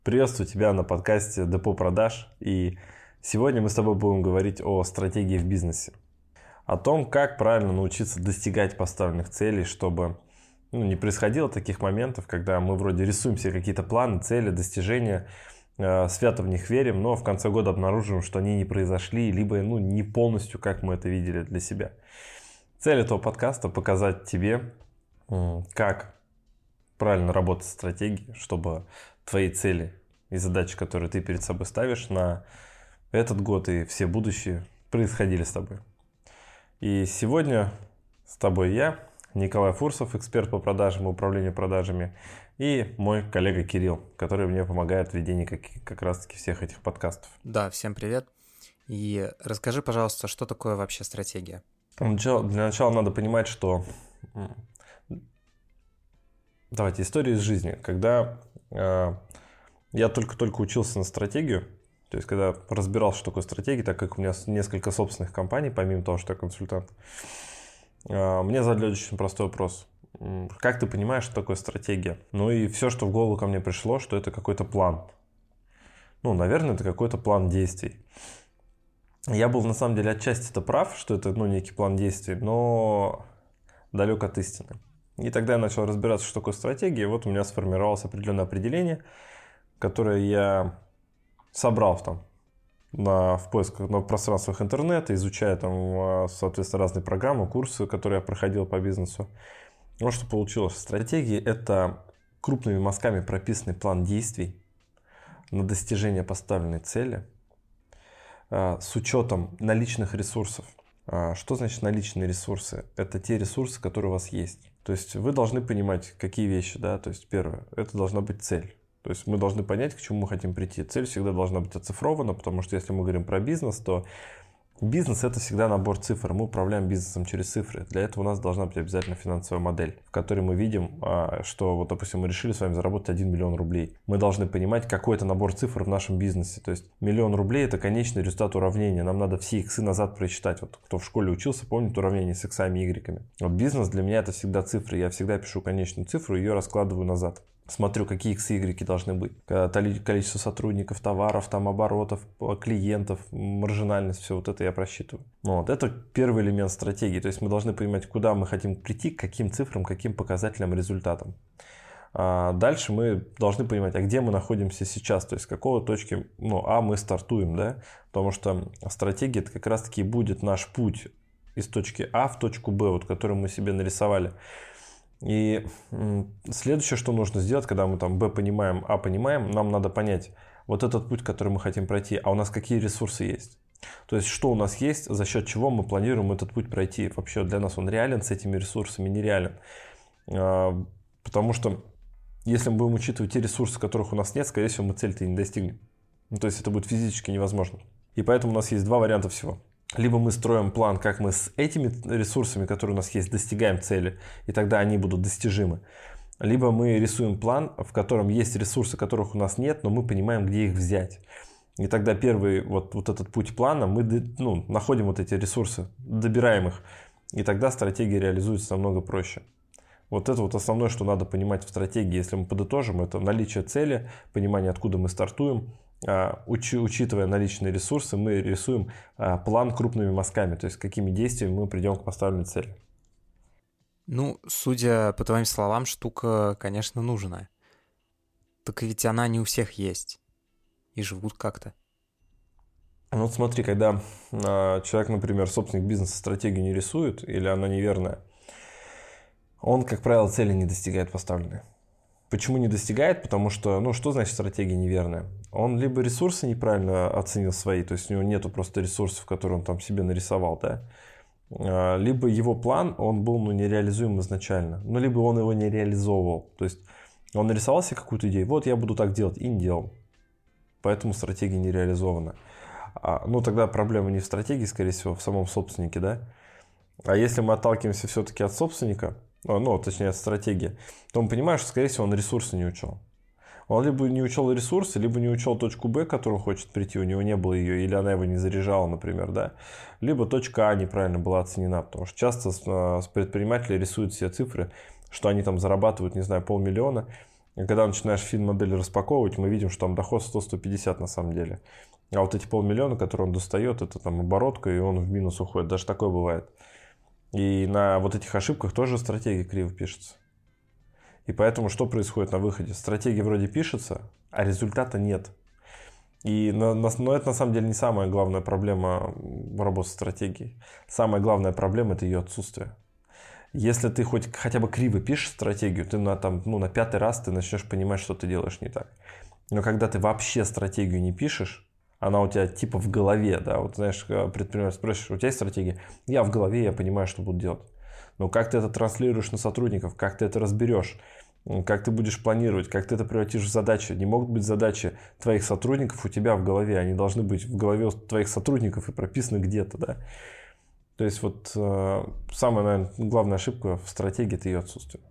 Приветствую тебя на подкасте Депо продаж. И сегодня мы с тобой будем говорить о стратегии в бизнесе. О том, как правильно научиться достигать поставленных целей, чтобы не происходило таких моментов, когда мы вроде рисуем себе какие-то планы, цели, достижения, свято в них верим, но в конце года обнаруживаем, что они не произошли, либо не полностью, как мы это видели для себя. Цель этого подкаста – показать тебе, как правильно работать с стратегией, чтобы твои цели и задачи, которые ты перед собой ставишь на этот год и все будущие, происходили с тобой. И сегодня с тобой я, Николай Фурсов, эксперт по продажам и управлению продажами, и мой коллега Кирилл, который мне помогает в ведении как раз-таки всех этих подкастов. Да, всем привет. И расскажи, пожалуйста, что такое вообще стратегия? Для начала надо понимать, что... Давайте, история из жизни. Когда я только-только учился на стратегию, то есть когда разбирался, что такое стратегия, так как у меня несколько собственных компаний, помимо того, что я консультант, мне задали очень простой вопрос. Как ты понимаешь, что такое стратегия? Ну и все, что в голову ко мне пришло, что это какой-то план. Наверное, это какой-то план действий. Я был на самом деле отчасти-то прав, что это некий план действий, но далек от истины. И тогда я начал разбираться, что такое стратегия, и вот у меня сформировалось определенное определение, которое я собрал в поисках, на пространствах интернета, изучая соответственно, разные программы, курсы, которые я проходил по бизнесу. Вот что получилось. Стратегия – это крупными мазками прописанный план действий на достижение поставленной цели с учетом наличных ресурсов. Что значит наличные ресурсы? Это те ресурсы, которые у вас есть. То есть вы должны понимать, какие вещи, да, то есть первое, это должна быть цель. То есть мы должны понять, к чему мы хотим прийти. Цель всегда должна быть оцифрована, потому что если мы говорим про бизнес, то бизнес – это всегда набор цифр. Мы управляем бизнесом через цифры. Для этого у нас должна быть обязательно финансовая модель, в которой мы видим, что, допустим, мы решили с вами заработать 1 миллион рублей. Мы должны понимать, какой это набор цифр в нашем бизнесе. То есть 1 миллион рублей – это конечный результат уравнения. Нам надо все иксы назад просчитать. Вот кто в школе учился, помнит уравнение с иксами и игреками. Вот бизнес для меня – это всегда цифры. Я всегда пишу конечную цифру, ее раскладываю назад. Смотрю, какие иксы и игреки должны быть. Количество сотрудников, товаров, оборотов, клиентов, маржинальность, все вот это я просчитываю. Это первый элемент стратегии. То есть мы должны понимать, куда мы хотим прийти, к каким цифрам, каким показателям, результатам. Дальше мы должны понимать, где мы находимся сейчас, то есть с какой точки мы стартуем, да? Потому что стратегия – это как раз-таки будет наш путь из точки А в точку Б, который мы себе нарисовали. И следующее, что нужно сделать, когда мы Б понимаем, А понимаем, нам надо понять вот этот путь, который мы хотим пройти, а у нас какие ресурсы есть. То есть, что у нас есть, за счет чего мы планируем этот путь пройти. Вообще для нас он реален с этими ресурсами, нереален. Потому что если мы будем учитывать те ресурсы, которых у нас нет, скорее всего, мы цель-то и не достигнем. То есть, это будет физически невозможно. И поэтому у нас есть два варианта всего. Либо мы строим план, как мы с этими ресурсами, которые у нас есть, достигаем цели, и тогда они будут достижимы. Либо мы рисуем план, в котором есть ресурсы, которых у нас нет, но мы понимаем, где их взять. И тогда первый вот этот путь плана, мы находим вот эти ресурсы, добираем их, и тогда стратегия реализуется намного проще. Вот это основное, что надо понимать в стратегии. Если мы подытожим, это наличие цели, понимание, откуда мы стартуем. Учитывая наличные ресурсы, мы рисуем план крупными мазками, то есть какими действиями мы придем к поставленной цели. Судя по твоим словам, штука, конечно, нужная. Так ведь она не у всех есть. И живут как-то. Смотри, когда человек, например, собственник бизнеса, стратегию не рисует, или она неверная, он, как правило, цели не достигает поставленной. Почему не достигает? Потому что, что значит стратегия неверная? Он либо ресурсы неправильно оценил свои, то есть у него нету просто ресурсов, которые он себе нарисовал, да? Либо его план, он был нереализуем изначально, либо он его не реализовывал. То есть он нарисовал себе какую-то идею, вот я буду так делать, и не делал. Поэтому стратегия не реализована. Тогда проблема не в стратегии, скорее всего, в самом собственнике, да? А если мы отталкиваемся все-таки от собственника, точнее от стратегии, то мы понимаем, что, скорее всего, он ресурсы не учел. Он либо не учел ресурсы, либо не учел точку Б, к которой хочет прийти, у него не было ее, или она его не заряжала, например, да. Либо точка А неправильно была оценена, потому что часто предприниматели рисуют все цифры, что они зарабатывают, 500 000, И когда начинаешь фин-модель распаковывать, мы видим, что там доход 100-150 на самом деле. А вот эти 500 000, которые он достает, это там оборотка, и он в минус уходит. Даже такое бывает. И на вот этих ошибках тоже стратегия криво пишется. И поэтому что происходит на выходе? Стратегия вроде пишется, а результата нет. Но это на самом деле не самая главная проблема работы с стратегией. Самая главная проблема – это ее отсутствие. Если ты хотя бы криво пишешь стратегию, ты на 5-й раз ты начнешь понимать, что ты делаешь не так. Но когда ты вообще стратегию не пишешь, она у тебя типа в голове, да, вот знаешь, предприниматель спросишь, у тебя есть стратегия? Я в голове, я понимаю, что буду делать. Но как ты это транслируешь на сотрудников, как ты это разберешь, как ты будешь планировать, как ты это превратишь в задачи. Не могут быть задачи твоих сотрудников у тебя в голове, они должны быть в голове у твоих сотрудников и прописаны где-то, да. То есть вот самая, наверное, главная ошибка в стратегии – это ее отсутствие.